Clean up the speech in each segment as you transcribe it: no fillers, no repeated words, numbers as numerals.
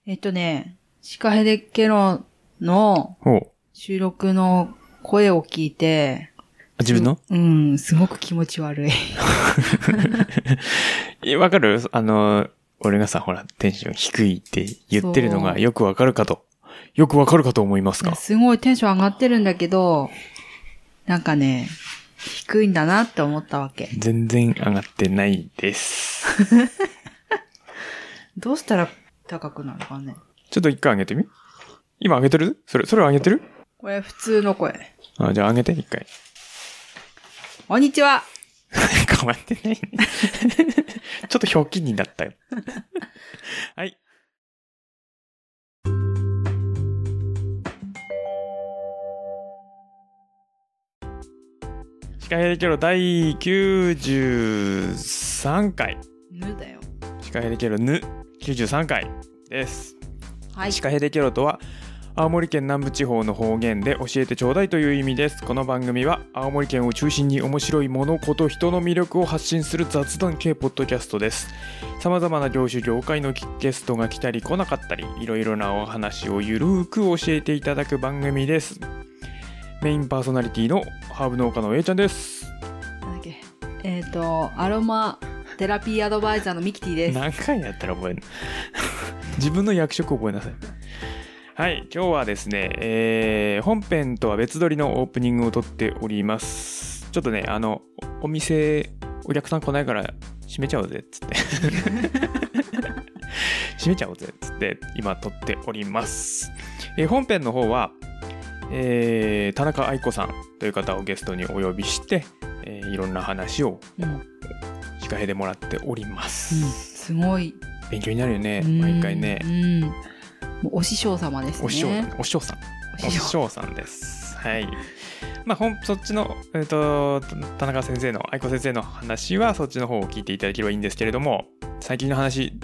シカヘデケロの収録の声を聞いて、 自分の？ すごく気持ち悪い。 わかる？俺がさ、ほら、テンション低いって言ってるのがよくわかるかと思いますか？ すごいテンション上がってるんだけど、なんかね、低いんだなって思ったわけ。 全然上がってないです。 どうしたら高くなるかね。 ちょっと一回上げてみ？今上げてる？それ上げてる？ これ普通の声。 じゃあ上げて、一回。 こんにちは。 変わってないね。ちょっとひょうきんになったよ。はい。シカヘデケロ第93回。 ぬだよ。 シカヘデケロぬ93回です。 はい。 シカヘデケロとは、青森県南部地方の方言で教えてちょうだいという意味です。この番組は青森県を中心に面白いものこと人の魅力を発信する雑談系ポッドキャストです。様々な業種業界のゲストが来たり来なかったり、いろいろなお話をゆるーく教えていただく番組です。メインパーソナリティのハーブ農家の A ちゃんです。 なんだっけ、アロマテラピーアドバイザーのミキティです。 何回やったら覚えるの？自分の役職覚えなさい。はい、今日はですね、本編とは別撮りのオープニングを撮っております。ちょっとね、お店、お客さん来ないから閉めちゃおうぜっつって閉めちゃおうぜっつって今撮っております。本編の方は、田中愛子さんという方をゲストにお呼びして、いろんな話をシカヘでもらっております。 すごい勉強になるよね、毎回ね。 もうお師匠様ですね。 お師匠さんです。はい。まあそっちの田中先生の愛子先生の話はそっちの方を聞いていただければいいんですけれども、最近の話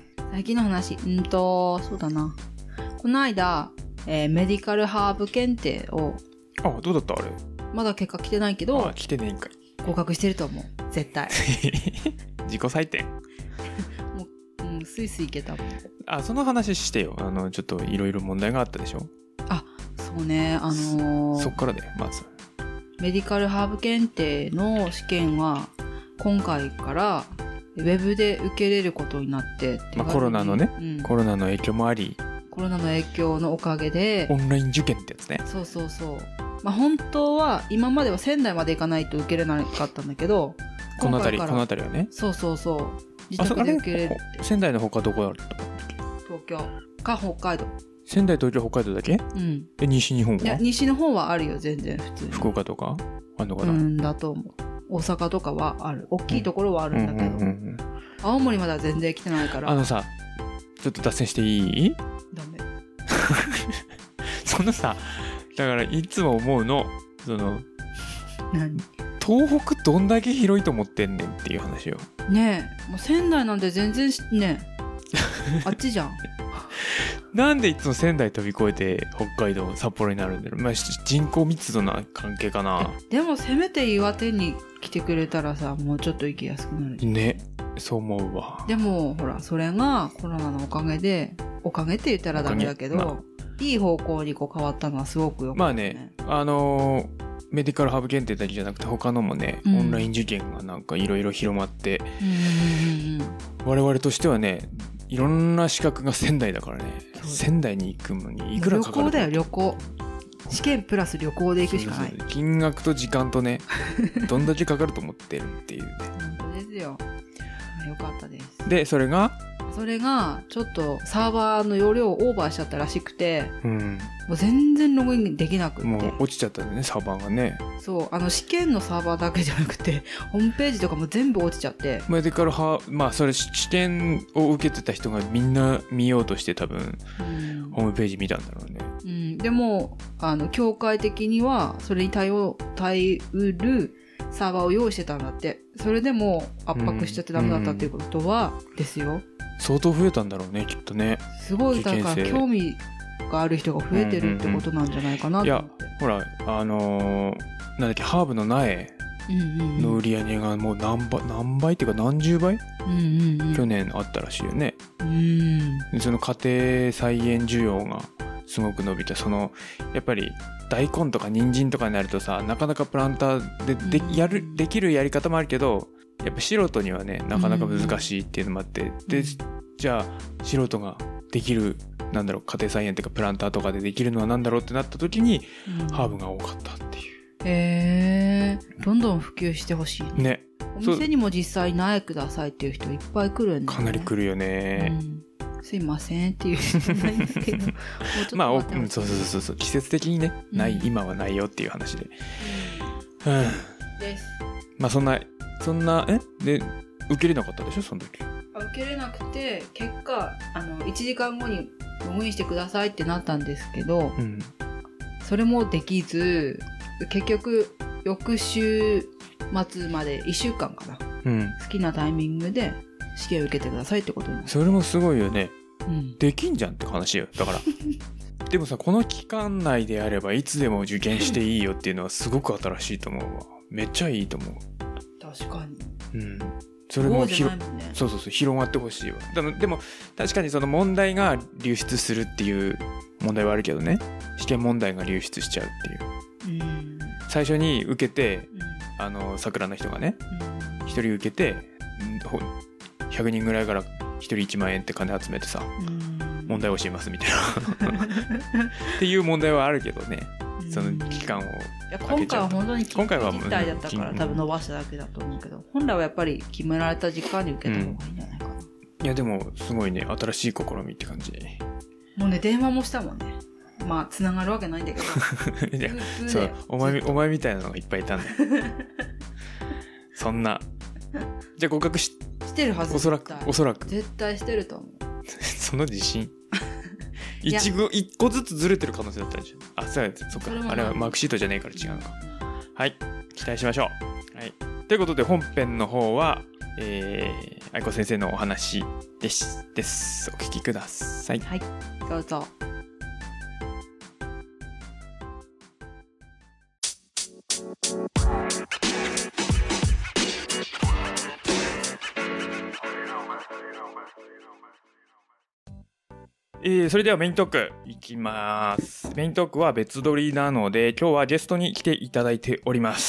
そうだな。この間、メディカルハーブ検定を。 どうだったあれ？ まだ結果来てないけど。 来てねえんかい。 合格してると思う。絶対。 自己採点。 もうスイスイいけたもん。 その話してよ。ちょっといろいろ問題があったでしょ？ そうね。 そっからでまず。 メディカルハーブ検定の試験は今回からウェブで受けれることになってコロナのね、コロナの影響もあり。 コロナの影響のおかげでオンライン受験ってやつね。 そう。本当は今までは仙台まで行かないと受けれなかったんだけど、 この辺りはね。 そう。自宅で受けれるって。 仙台の他どこだろう？ 東京か北海道。 仙台、東京、北海道だけ？西日本は？ いや、西の方はあるよ、全然普通に。 福岡とかあんのかな？ だと思う。大阪とかはある。大きいところはあるんだけど、青森までは全然来てないから。 さ、ちょっと脱線していい？ ダメ。 そのさ、だからいつも思うの、 何？ 東北どんだけ広いと思ってんねんっていう話よ。 ねえ、もう仙台なんて全然ねあっちじゃん。 なんでいつも仙台飛び越えて北海道札幌になるんだろう。人口密度の関係かな。 でもせめて岩手に来てくれたらさ、もうちょっと行きやすくなるじゃん。 ね、そう思うわ。 でもほら、それがコロナのおかげって言ったらダメだけど、いい方向に変わったのはすごくよかったね。 メディカルハーブ検定だけじゃなくて他のもね、オンライン受験がなんかいろいろ広まって、我々としてはね、いろんな資格が仙台だからね。仙台に行くのにいくらかかる？ 旅行だよ、旅行。試験プラス旅行で行くしかない。 金額と時間とね、どんだけかかると思ってるっていうね。 本当ですよ。よかったです。 で、それがちょっとサーバーの容量をオーバーしちゃったらしくて、もう全然ログインできなくて。 もう落ちちゃったんだね、サーバーがね。 そう、試験のサーバーだけじゃなくて、ホームページとかも全部落ちちゃって。 メディカルそれ試験を受けてた人がみんな見ようとして多分、ホームページ見たんだろうね。 でも、協会的には、それに耐うるサーバーを用意してたんだって。それでも圧迫しちゃってダメだったっていうことは、ですよ。 相当増えたんだろうね、きっとね。 すごい、だから興味がある人が増えてるってことなんじゃないかなと思って。 いや、ほら、なんだっけ、ハーブの苗の売り上げがもう何倍っていうか何十倍、去年あったらしいよね。でその家庭菜園需要がすごく伸びた。やっぱり大根とか人参とかになるとさ、なかなかプランターでできるやり方もあるけど、やっぱ素人にはねなかなか難しいっていうのもあって、でじゃあ素人ができる家庭菜園っていうかプランターとかでできるのは何だろうってなった時に、ハーブが多かったっていう。 どんどん普及してほしいね。 お店にも実際苗くださいっていう人いっぱい来るんで、ね、 かなり来るよね、 すいませんっていう人じゃないんだけどまあそう季節的にね、今はないよっていう話で、です。まあそんなで受けれなかったでしょその時。 受けれなくて、結果1時間後にログインしてくださいってなったんですけど、それもできず、結局翌週末まで1週間かな、好きなタイミングで試験を受けてくださいってことになる。 それもすごいよね、できんじゃんって話よだからでもさ、この期間内であればいつでも受験していいよっていうのはすごく新しいと思うわ。めっちゃいいと思う。 確かに。 それも広がってほしいわ。でも確かにその問題が流出するっていう問題はあるけどね、試験問題が流出しちゃうっていう、最初に受けて、桜の人がね、1人受けて100人ぐらいから1人1万円って金集めてさ、問題教えますみたいなっていう問題はあるけどね、その期間を今回は本当に緊急事態だったから多分伸ばしただけだと思うけど、本来はやっぱり決められた時間に受けた方がいいんじゃないかな。 いやでもすごいね、新しい試みって感じ。 もうね、電話もしたもんね。まあ繋がるわけないんだけどいやそうお前みたいなのがいっぱいいたんだよそんなじゃあ合格してるはず。 おそらく絶対してると思うその自信一個ずつずれてる可能性だったでしょ。そっか、あれはマークシートじゃねえから違うのか。はい、期待しましょう。はい、ということで本編の方は愛子先生のお話です。お聞きください。 はい、どうぞ。 それではメイントークいきます。メイントークは別撮りなので、今日はゲストに来ていただいております。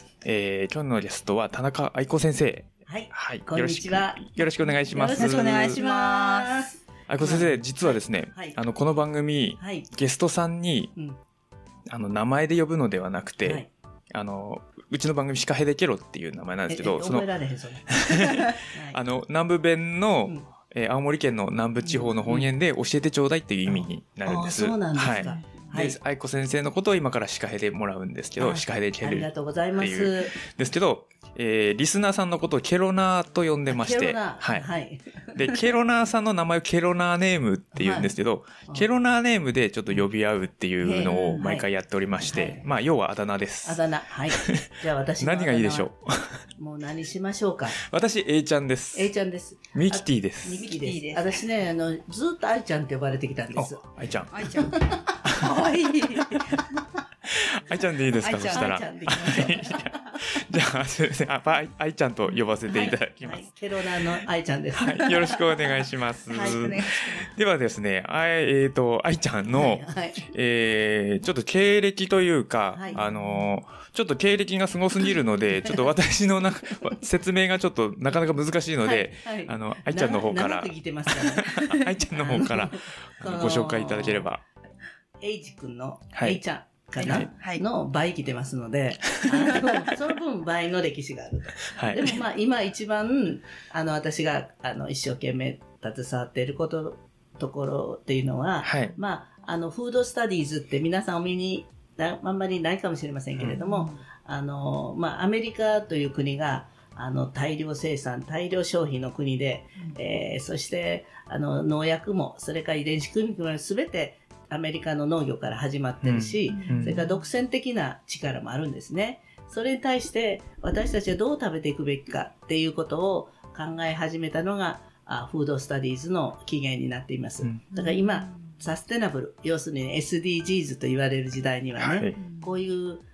今日のゲストは田中愛子先生。 はい、こんにちは。 よろしくお願いします。 よろしくお願いします。 愛子先生、実はですね、この番組、ゲストさんに、名前で呼ぶのではなくて、うちの番組シカヘデケロっていう名前なんですけど、 覚えられへんそれ南部弁の、青森県の南部地方の方言で教えてちょうだいっていう意味になるんです。 そうなんですか。 で、愛子先生のことを今からシカヘでもらうんですけど、シカヘでケルっていう。 ありがとうございます。 ですけど、リスナーさんのことをケロナーと呼んでまして、で、ケロナーさんの名前をケロナーネームって言うんですけど、ケロナーネームでちょっと呼び合うっていうのを毎回やっておりまして、まあ、要はあだ名です。 あだ名。はい。じゃあ私何がいいでしょう。もう何しましょうか。 私、A ちゃんです。 A ちゃんです。 ミキティです。 ミキティです。私ね、ずっと愛ちゃんって呼ばれてきたんです。 愛ちゃん。 愛ちゃん。かわいい。 愛ちゃんでいいですか、そしたら。じゃあ、すみません。愛ちゃんと呼ばせていただきます。 ケロナーの愛ちゃんです。 よろしくお願いします。ではですね、愛ちゃんの、ちょっと経歴というか、ちょっと経歴がすごすぎるので、ちょっと私の説明がちょっとなかなか難しいので、愛ちゃんの方から、愛ちゃんの方からご紹介いただければ。 エイジ君の愛ちゃん。かな、の倍来てますので、その分倍の歴史があると。でもまあ今一番、私が、一生懸命携わっているところっていうのは、まあ、フードスタディーズって皆さんお見に、あんまりないかもしれませんけれども、まあ、アメリカという国が、大量生産、大量消費の国で、そして、農薬も、それから遺伝子組み換えもすべて、アメリカの農業から始まってるし、それから独占的な力もあるんですね。それに対して私たちはどう食べていくべきかっていうことを考え始めたのがフードスタディーズの起源になっています。だから今、サステナブル、要するに SDGs と言われる時代にはね、こういう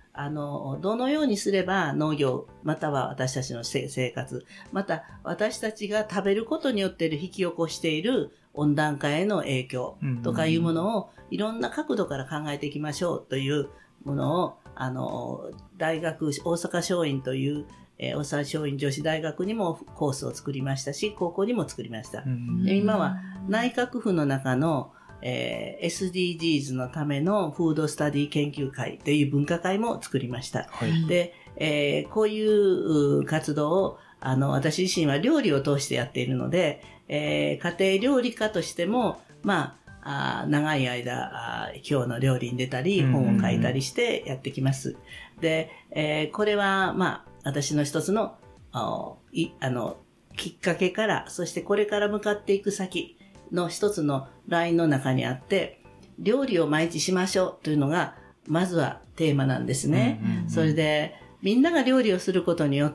どのようにすれば農業、または私たちの生活、また私たちが食べることによって引き起こしている温暖化への影響とかいうものをいろんな角度から考えていきましょうというものを、大学、大阪松蔭という、大阪松蔭女子大学にもコースを作りましたし、高校にも作りました。で今は内閣府の中のSDGs のためのフードスタディ研究会という分科会も作りました。はい、で、こういう活動を私自身は料理を通してやっているので、家庭料理家としても、長い間、今日の料理に出たり、本を書いたりしてやってきます。で、これは、私の一つの、きっかけから、そしてこれから向かっていく先の一つのラインの中にあって、料理を毎日しましょうというのが、まずはテーマなんですね。それで、みんなが料理をすることによって、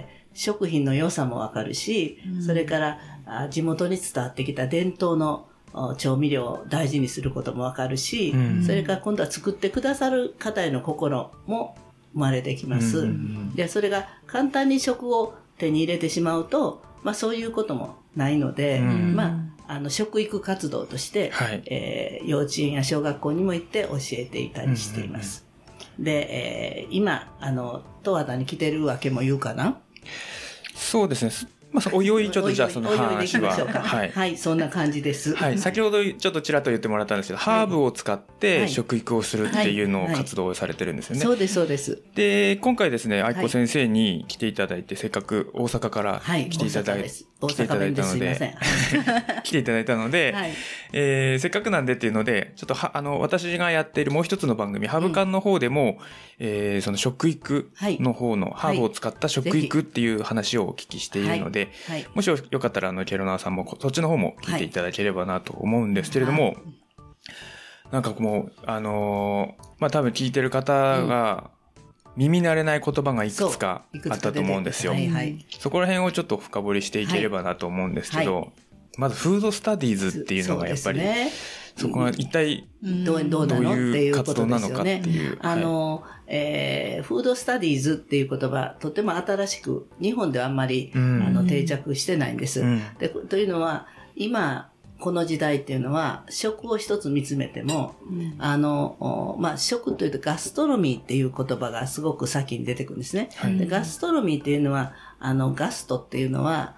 食品の良さもわかるし、それから地元に伝わってきた伝統の調味料を大事にすることもわかるし、それから今度は作ってくださる方への心も生まれてきます。で、それが簡単に食を手に入れてしまうと、そういうこともないので、食育活動として、幼稚園や小学校にも行って教えていたりしています。で、今、十和田に来てるわけも言うかな？ そうですね。おいおいちょっとじゃあその話は。 はい、そんな感じです。 はい、先ほどちょっとちらっと言ってもらったんですけど、ハーブを使って食育をするっていうのを活動をされてるんですよね。 そうです、そうです。 で、今回ですね、愛子先生に来ていただいて、せっかく大阪から来ていただいたので、来ていただいたので、せっかくなんでっていうので、ちょっと私がやっているもう一つの番組、ハーブ館の方でも、その食育の方の、ハーブを使った食育っていう話をお聞きしているので、もしよかったらケロナーさんもそっちの方も聞いていただければなと思うんですけれども、なんかもう多分聞いてる方が耳慣れない言葉がいくつかあったと思うんですよ。そこら辺をちょっと深掘りしていければなと思うんですけど、まずフードスタディーズっていうのがやっぱりそこが一体どういう活動なのかっていう。フードスタディーズっていう言葉、とても新しく、日本ではあんまり、定着してないんです。でというのは、今、この時代っていうのは、食を一つ見つめても、食というとガストロミーっていう言葉がすごく先に出てくるんですね。でガストロミーっていうのは、ガストっていうのは、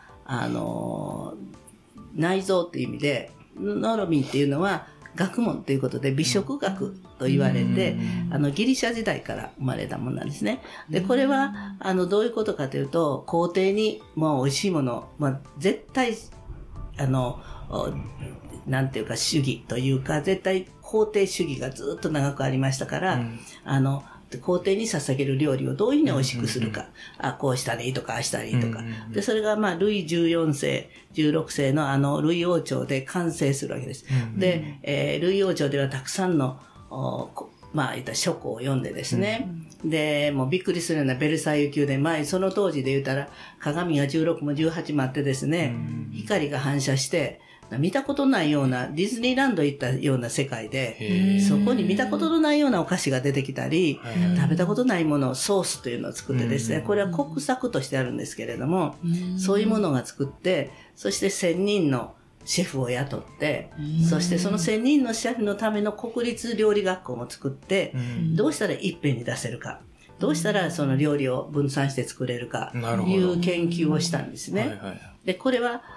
内臓っていう意味で、ノロミーっていうのは学問ということで美食学と言われて、ギリシャ時代から生まれたものなんですね。で、これは、どういうことかというと、皇帝にもう美味しいもの、絶対、なんていうか主義というか、絶対皇帝主義がずっと長くありましたから、皇帝に捧げる料理をどういうふうに美味しくするか。こうしたらいいとか、ああしたらいいとか。で、それがルイ14世、16世のルイ王朝で完成するわけです。で、ルイ王朝ではたくさんの、言った書庫を読んでですね。で、もうびっくりするようなベルサイユ宮殿、その当時で言うたら、鏡が16も18もあってですね、光が反射して、見たことないような、ディズニーランド行ったような世界で、そこに見たことのないようなお菓子が出てきたり、食べたことないものをソースというのを作ってですね、これは国策としてあるんですけれども、そういうものが作って、そして1000人のシェフを雇って、そしてその1000人のシェフのための国立料理学校も作って、どうしたらいっぺんに出せるか。どうしたらその料理を分散して作れるか、いう研究をしたんですね。で、これは、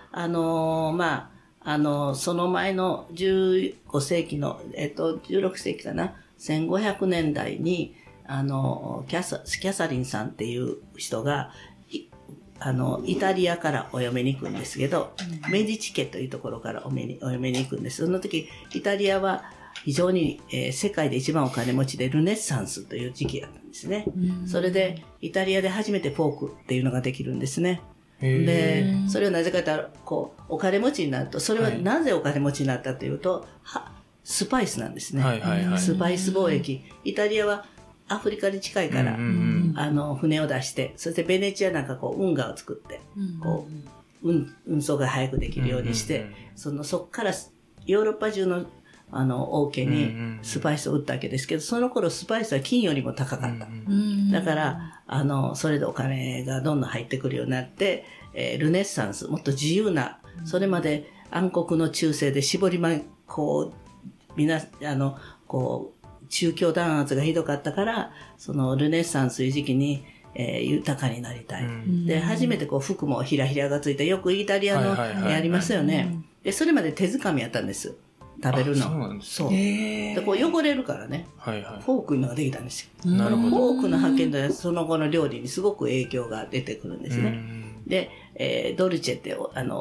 その前の15世紀の、16世紀かな、1500年代に、キャサリンさんっていう人が、イタリアからお嫁に行くんですけど、メディチ家というところからお嫁に行くんです。その時、イタリアは非常に、世界で一番お金持ちでルネッサンスという時期だったんですね。それで、イタリアで初めてフォークっていうのができるんですね。で、それはなぜかというと、お金持ちになると、それはなぜお金持ちになったというと、スパイスなんですね。スパイス貿易。イタリアはアフリカに近いから、船を出して、そしてベネチアなんか運河を作って、運送が早くできるようにして、そっからヨーロッパ中の王家にスパイスを売ったわけですけど、その頃スパイスは金よりも高かった。だから、それでお金がどんどん入ってくるようになって、ルネッサンス、もっと自由な、それまで暗黒の中世で絞り宗教弾圧がひどかったから、そのルネッサンスという時期に、豊かになりたい。で、初めて服もひらひらがついて、よくイタリアのありますよね。で、それまで手づかみやったんです。食べるの。 そうなんですそう。で、汚れるからね。フォークいうのができたんですよ。 なるほど。 フォークの発見でその後の料理にすごく影響が出てくるんですね。で、ドルチェって、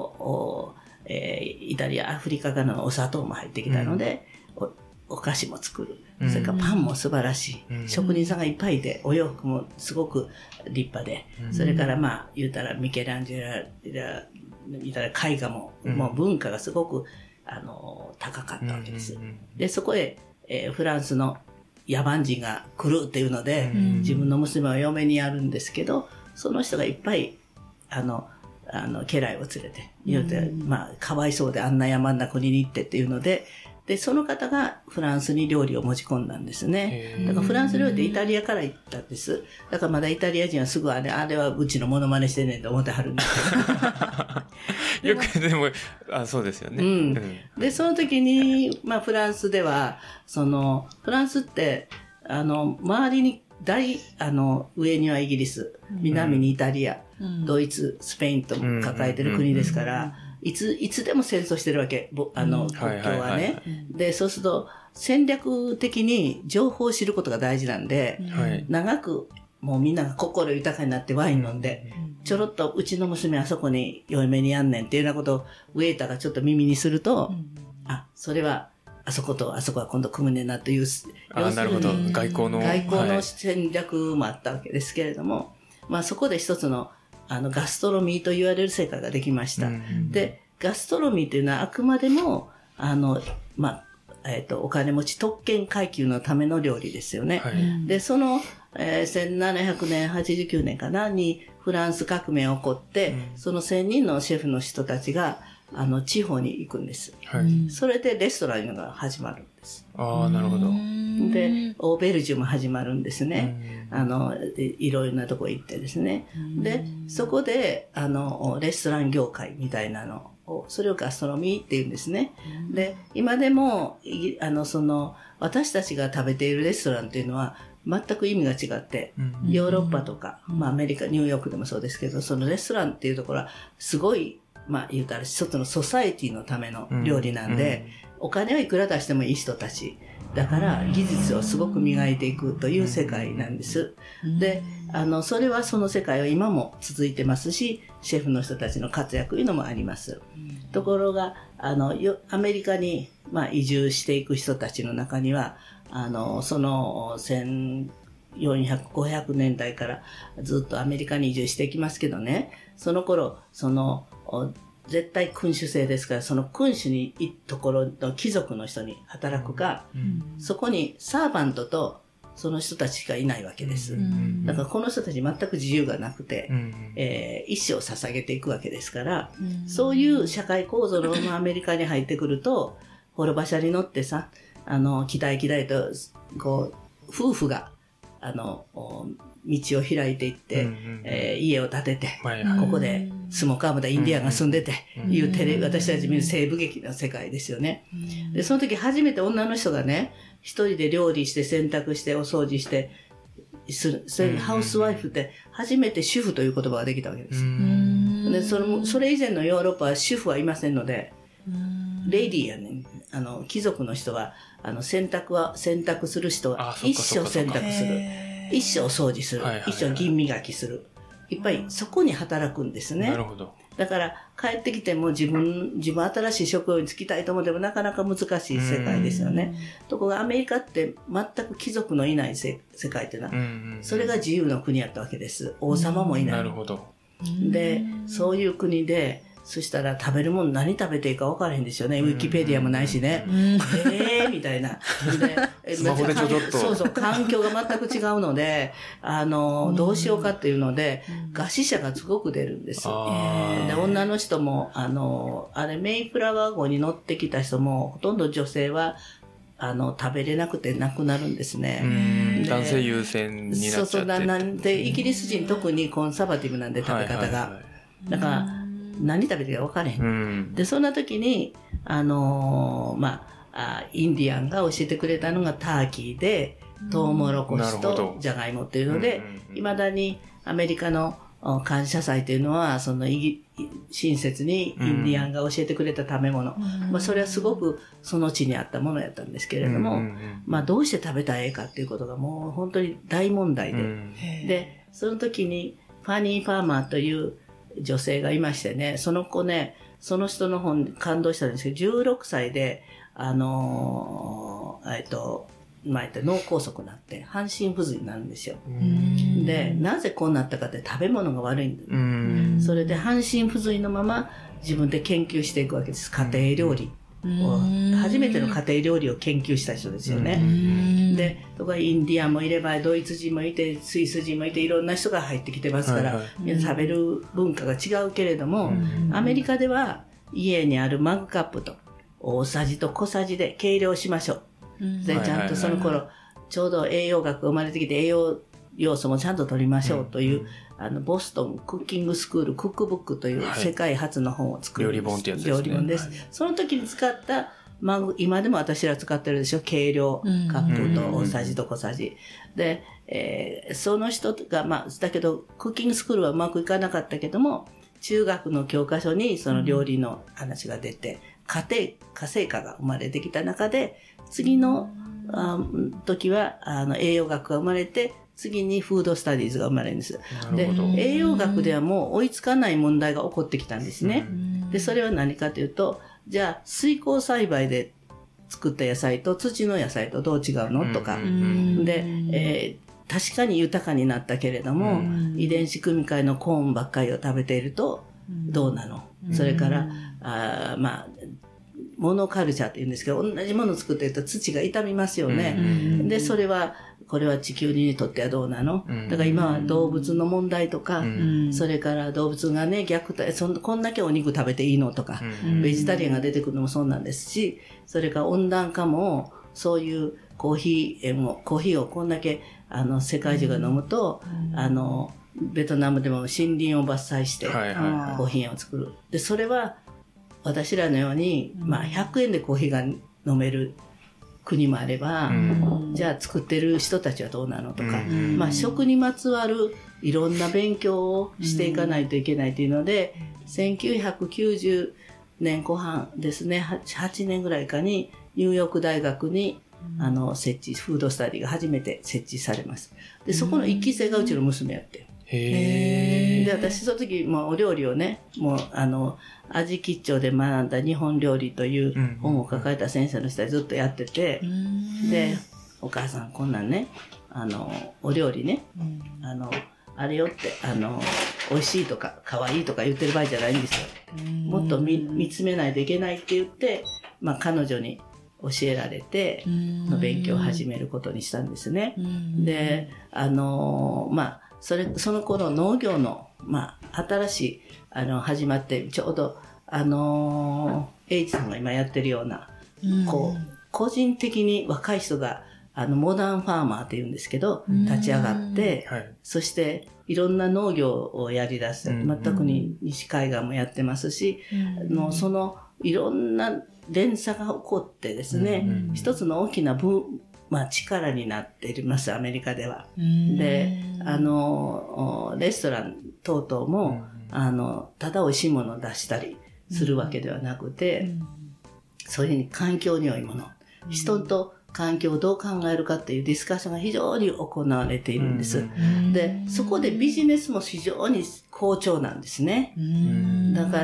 イタリア、アフリカからのお砂糖も入ってきたので、お菓子も作る。それからパンも素晴らしい。職人さんがいっぱいいて、お洋服もすごく立派で、それから言うたらミケランジェラ、言うたら絵画も、もう文化がすごく、高かったわけです。で、そこへ、フランスの野蛮人が来るっていうので、自分の娘を嫁にやるんですけど、その人がいっぱい、家来を連れて、言うて、かわいそうであんな山んな国に行ってっていうので、で、その方がフランスに料理を持ち込んだんですね。だからフランス料理ってイタリアから行ったんです。だからまだイタリア人はすぐあれはうちのモノマネしてんねんと思ってはるんですよく、でも、そうですよね。 で、その時に、フランスでは、フランスって、周りに上にはイギリス、南にイタリア、ドイツ、スペインと抱えてる国ですから、いつでも戦争してるわけ、国境はね。で、そうすると、戦略的に情報を知ることが大事なんで、長く、もうみんなが心豊かになってワイン飲んで、ちょろっとうちの娘あそこに嫁にやんねんっていうようなことをウェイターがちょっと耳にすると、それは、あそことあそこは今度組むねんなという、 なるほど。外交の戦略もあったわけですけれども、そこで一つの、ガストロミーと言われる世界ができました。で、ガストロミーというのはあくまでも、お金持ち特権階級のための料理ですよね。で、その、1700年、89年かな、にフランス革命が起こって、その1000人のシェフの人たちが、地方に行くんです。それでレストランが始まるんです。 なるほど。 で、オーベルジュも始まるんですね。いろいろなとこ行ってですね。で、そこで、レストラン業界みたいなのを、それをガストロミーって言うんですね。で、今でも、私たちが食べているレストランっていうのは、全く意味が違って、ヨーロッパとか、アメリカ、ニューヨークでもそうですけど、そのレストランっていうところは、すごい、言うたら一つのソサエティのための料理なんで、お金はいくら出してもいい人たち。だから技術をすごく磨いていくという世界なんです。で、それはその世界は今も続いてますし、シェフの人たちの活躍というのもあります。ところが、アメリカに、移住していく人たちの中には、その1400、500年代からずっとアメリカに移住していきますけどね、その頃、絶対君主制ですから、その君主にいところの貴族の人に働くか、そこにサーバントとその人たちしかいないわけです。だからこの人たち全く自由がなくて、一生捧げていくわけですから、そういう社会構造のままアメリカに入ってくると、滅馬車に乗ってさ、期待と、夫婦が、道を開いていって、家を建てて、ここでスモーカームダインディアンが住んでて、いう私たち見る西部劇の世界ですよね。で、その時初めて女の人がね、一人で料理して洗濯してお掃除して、それハウスワイフって初めて主婦という言葉ができたわけです。で、それ以前のヨーロッパは主婦はいませんので、レイディーやね、貴族の人は、洗濯する人は一生洗濯する。一生掃除する。一生銀磨きする。いっぱいそこに働くんですね。 なるほど。 だから帰ってきても自分新しい職業に就きたいと思ってもなかなか難しい世界ですよね。ところがアメリカって全く貴族のいない世界っていうのは、それが自由の国やったわけです。王様もいない。 なるほど。 で、そういう国で、そしたら食べるもの何食べていいか分からへんですよね。ウィキペディアもないしね。みたいな。 で、スマホでちょっと。 そうそう、環境が全く違うので、どうしようかっていうので、餓死者がすごく出るんです。で、女の人も、メイフラワー号に乗ってきた人も、ほとんど女性は食べれなくて亡くなるんですね。 男性優先になっちゃって。そうそう。 なんで、イギリス人特にコンサバティブなんで食べ方が。だから、何食べてるか分からへん。で、そんな時に、インディアンが教えてくれたのがターキーで、トウモロコシとジャガイモっていうので、未だにアメリカの感謝祭というのは、親切にインディアンが教えてくれた食べ物。それはすごくその地にあったものやったんですけれども、どうして食べたらええかっていうことがもう本当に大問題で。で、その時にファニー・ファーマーという女性がいましてね、その子ね、その人の本に感動したんですけど、16歳で、脳梗塞になって半身不随になるんですよ。で、なぜこうなったかって食べ物が悪いんだ。それで半身不随のまま自分で研究していくわけです。家庭料理を。初めての家庭料理を研究した人ですよね。で、インディアンもいれば、ドイツ人もいて、スイス人もいて、いろんな人が入ってきてますから、食べる文化が違うけれども、アメリカでは家にあるマグカップと大さじと小さじで計量しましょう。で、ちゃんとその頃、ちょうど栄養学が生まれてきて栄養要素もちゃんと取りましょうという、ボストンクッキングスクールクックブックという世界初の本を作る。 料理本ってやつですね。 料理本です。その時に使った今でも私ら使ってるでしょ、計量カップと大さじと小さじ。で、その人が、だけど、クッキングスクールはうまくいかなかったけども、中学の教科書にその料理の話が出て、家政科が生まれてきた中で、次の時は栄養学が生まれて、次にフードスタディーズが生まれるんです。で、栄養学ではもう追いつかない問題が起こってきたんですね。で、それは何かというと、じゃあ水耕栽培で作った野菜と土の野菜とどう違うのとか。で、確かに豊かになったけれども、遺伝子組み換えのコーンばっかりを食べているとどうなの。それから、モノカルチャーって言うんですけど、同じものを作っていると土が傷みますよね。で、これは地球にとってはどうなの？だから今は動物の問題とか、それから動物がね、虐待、こんだけお肉食べていいのとか、ベジタリアンが出てくるのもそうなんですし、それから温暖化も、そういうコーヒーをこんだけ、世界中が飲むと、ベトナムでも森林を伐採して、コーヒーを作る。で、それは、私らのように、100円でコーヒーが飲める国もあれば、じゃあ作ってる人たちはどうなのとか、食にまつわるいろんな勉強をしていかないといけないというので、1990年後半ですね、8年ぐらいかにニューヨーク大学にフードスタディが初めて設置されます。で、そこの1期生がうちの娘やって。で、私その時、お料理をね、味吉兆で学んだ日本料理という本を書かれた先生の下でずっとやってて、で、お母さんこんなんね、お料理ね、あれよって、美味しいとか可愛いとか言ってる場合じゃないんですよ。もっと見つめないといけないって言って、彼女に教えられて、勉強を始めることにしたんですね。で、その頃農業の、新しい、始まって、ちょうど、H さんが今やってるような、個人的に若い人が、モダンファーマーって言うんですけど、立ち上がって、そして、いろんな農業をやり出して、全くに西海岸もやってますし、いろんな連鎖が起こってですね、一つの大きな力になっています、アメリカでは。で、レストラン等々も、ただ美味しいものを出したりするわけではなくて、そういうふうに環境に良いもの、人と環境をどう考えるかっていうディスカッションが非常に行われているんです。で、そこでビジネスも非常に好調なんですね。だから、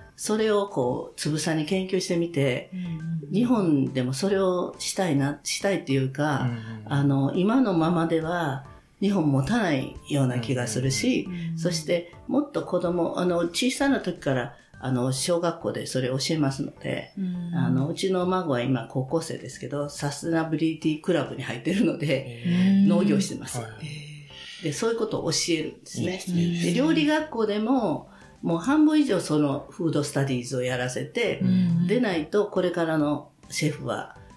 それをつぶさに研究してみて、日本でもそれをしたいっていうか、今のままでは日本持たないような気がするし、そしてもっと子供、小さな時から、小学校でそれを教えますので、うちの孫は今高校生ですけど、サステナビリティクラブに入ってるので、農業してます。で、そういうことを教えるんですね。で、料理学校でも、もう半分以上そのフードスタディーズをやらせて、でないとこれからのシェフは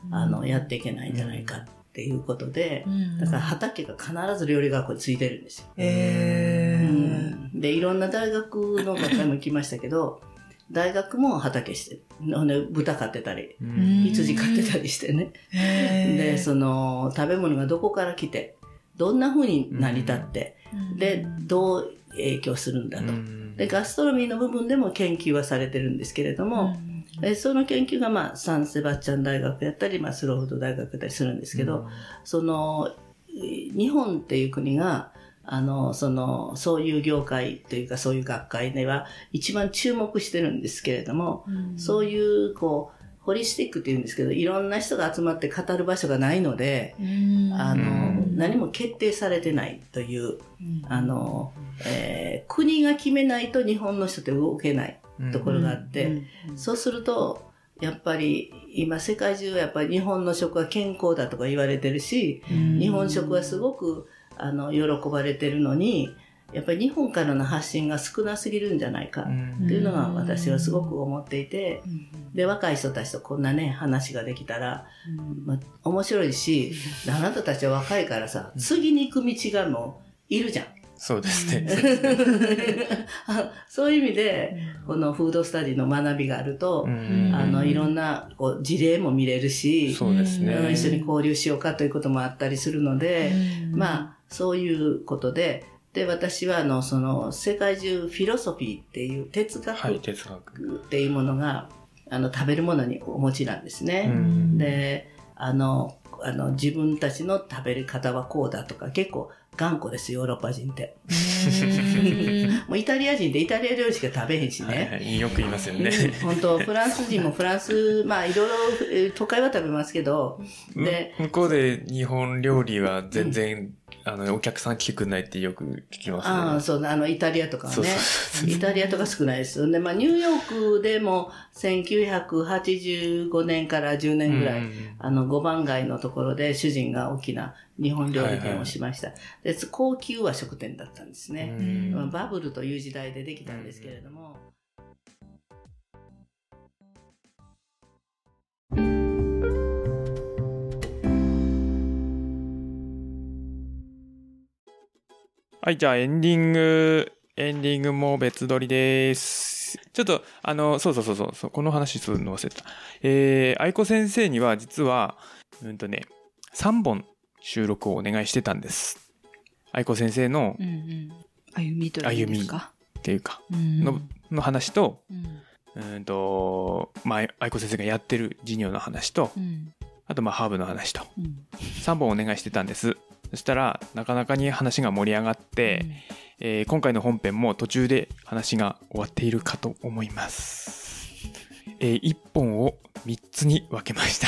やっていけないんじゃないかっていうことで、だから畑が必ず料理学校についてるんですよ。で、いろんな大学の学会も行きましたけど、大学も畑して、豚飼ってたり、羊飼ってたりしてね。で、その食べ物がどこから来て、どんな風に成り立って、で、どう影響するんだと。で、ガストロミーの部分でも研究はされてるんですけれども、その研究がサンセバスチャン大学やったり、スローフード大学やったりするんですけど、その、日本っていう国が、そういう業界というかそういう学会では一番注目してるんですけれども、そういう、ホリスティックっていうんですけど、いろんな人が集まって語る場所がないので、何も決定されてないという、国が決めないと日本の人って動けないところがあって、そうすると、やっぱり今世界中はやっぱり日本の食は健康だとか言われてるし、日本食はすごく喜ばれてるのに、やっぱり日本からの発信が少なすぎるんじゃないかっていうのが私はすごく思っていて、で、若い人たちとこんなね、話ができたら、面白いし、あなたたちは若いからさ、次に行く道がもういるじゃん。 そうですね。 そういう意味で、このフードスタディの学びがあると、いろんな事例も見れるし、 そうですね、 一緒に交流しようかということもあったりするので、そういうことで、私はその世界中フィロソフィーっていう哲学っていうものが、食べるものにお持ちなんですね。で、自分たちの食べる方はこうだとか、結構頑固です、ヨーロッパ人って。もうイタリア人ってイタリア料理しか食べへんしね。 よく言いますよね。 本当、フランス人もフランス、いろいろ都会は食べますけど、 で、向こうで日本料理は全然、お客さん来てくんないってよく聞きますね。 そう、イタリアとかはね。イタリアとか少ないです。で、ニューヨークでも1985年から10年ぐらい、5番街のところで主人が大きな日本料理店をしました。で、高級和食店だったんですね。バブルという時代でできたんですけれども。 はい、じゃあエンディングも別撮りです。ちょっと、そう、この話するの忘れた。愛子先生には実は、3本収録をお願いしてたんです。愛子先生の、 歩みというんですか？ っていうか、の話と、愛子先生がやってる事業の話と、あとハーブの話と、3本お願いしてたんです。そしたらなかなかに話が盛り上がって、今回の本編も途中で話が終わっているかと思います。1本を3つに分けました。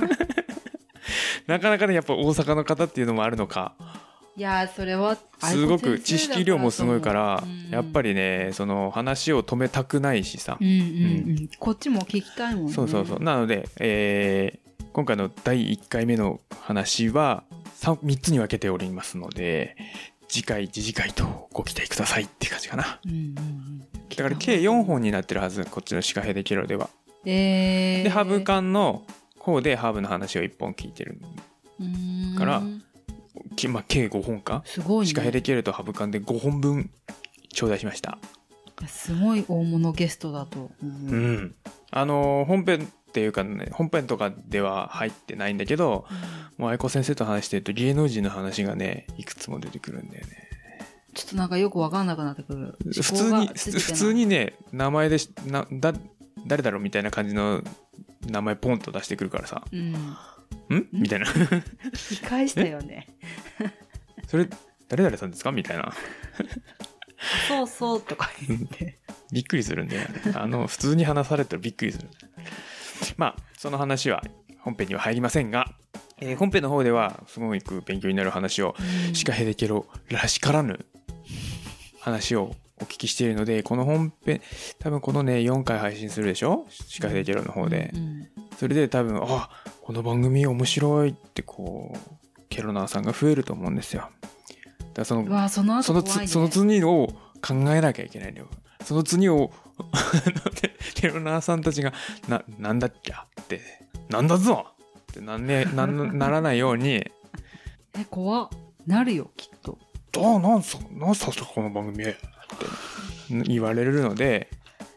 なかなかね、やっぱ大阪の方っていうのもあるのか。 いや、それはすごく知識量もすごいから、やっぱりね、その話を止めたくないしさ。 こっちも聞きたいもんね。 そう。なので、今回の第1回目の話は3つに分けておりますので、次回とご期待くださいって感じかな。だから計4本になってるはず、こっちのシカヘデケロでは。で、ハブ館の方でハーブの話を1本聞いてるから、計5本か。 すごいね。 シカヘデケロとハブ館で5本分頂戴しました。 すごい大物ゲストだと。 本編っていうかね、本編とかでは入ってないんだけど、もう愛子先生と話してると芸能人の話がね、いくつも出てくるんだよね。 ちょっとなんかよくわかんなくなってくる。 普通にね、名前で誰だろうみたいな感じの名前ポンと出してくるからさ、みたいな。 聞き返したよね。 それ誰々さんですかみたいな。 そうとか言ってびっくりするんで、普通に話されたらびっくりする。その話は本編には入りませんが、本編の方ではすごく勉強になる話を、シカヘデケロらしからぬ話をお聞きしているので、この本編多分このね4回配信するでしょ、シカヘデケロの方で。それで多分この番組面白いってケロナーさんが増えると思うんですよ。だからその次を考えなきゃいけないんだよ。その次をケロナーさんたちがなんだっけってなんだぞってってならないように。 怖っ。なるよ、きっと。 なんすかこの番組って言われるので、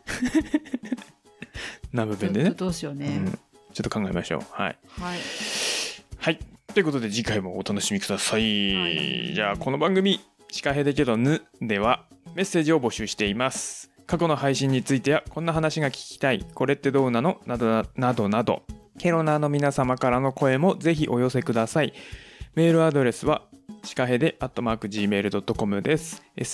南部弁でね。 どうしようね、 ちょっと考えましょう。はい。 はい。 はい。ということで次回もお楽しみください。はい、じゃあこの番組、シカヘデケロヌではメッセージを募集しています。過去の配信についてやこんな話が聞きたい、これってどうなのなどなどなど、ケロナーの皆様からの声もぜひお寄せください。メールアドレスはシカヘデ@gmail.com です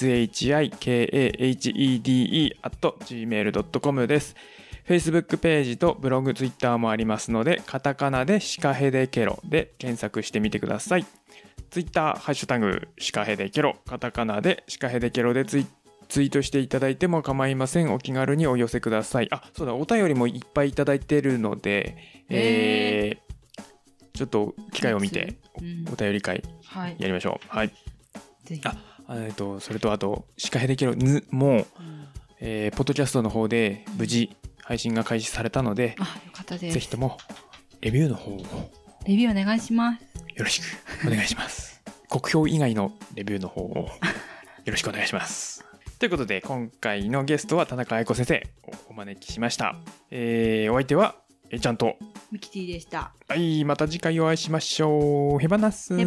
。shikahede@gmail.com です。Facebook ページとブログ、Twitter もありますので、カタカナでシカヘデケロで検索してみてください。Twitter、ハッシュタグシカヘデケロ、カタカナでシカヘデケロでツイートしていただいても構いません。お気軽にお寄せください。そうだ、お便りもいっぱいいただいているので、ちょっと機会を見てお便り会やりましょう。はい。 ぜひ。 それとあとシカヘデケロヌも、ポッドキャストの方で無事配信が開始されたので、 よかったです。 ぜひともレビューの方をレビューお願いします。 よろしくお願いします。国評以外のレビューの方をよろしくお願いします。ということで今回のゲストは田中愛子先生をお招きしました。お相手はちゃんとミキティでした。 はい、また次回お会いしましょう。ヘバナス。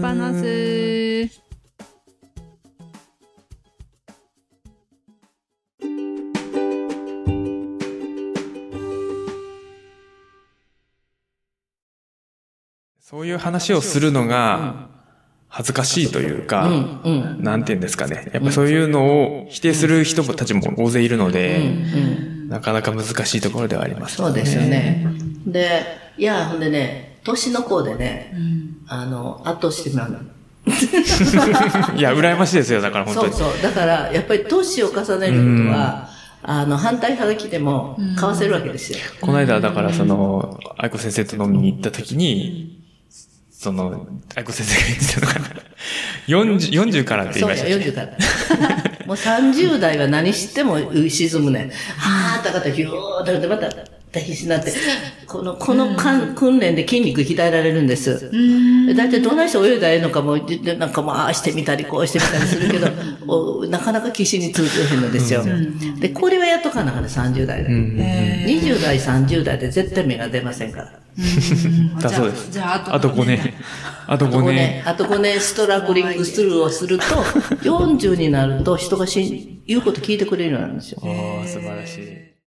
そういう話をするのが恥ずかしいというか、なんていうんですかね。やっぱそういうのを否定する人たちも大勢いるので、なかなか難しいところではありますね。 そうですよね。で、ほんでね、年の子でね、圧倒してまうの。 いや、羨ましいですよ、だから本当に。 そう。だから、やっぱり年を重ねることは、反対派が来ても買わせるわけですよ。 この間、だから愛子先生と飲みに行った時に、愛子先生が言ってたのかな。40からって言いましたね。 そう、40から。もう30代は何しても沈むね。たかたひゅーってまた必死になって、この訓練で筋肉鍛えられるんです。だいたいどんな人泳いだらええのかも、なんかああしてみたりこうしてみたりするけど、なかなか岸に通じへんのですよ。で、これはやっとかなかね、30代で。20代、30代で絶対芽が出ませんから。 だそうです。じゃあ、あと5年。あと5 年ストラグリングスルーをすると、40になると人が言うこと聞いてくれるようになるんですよ。 素晴らしい。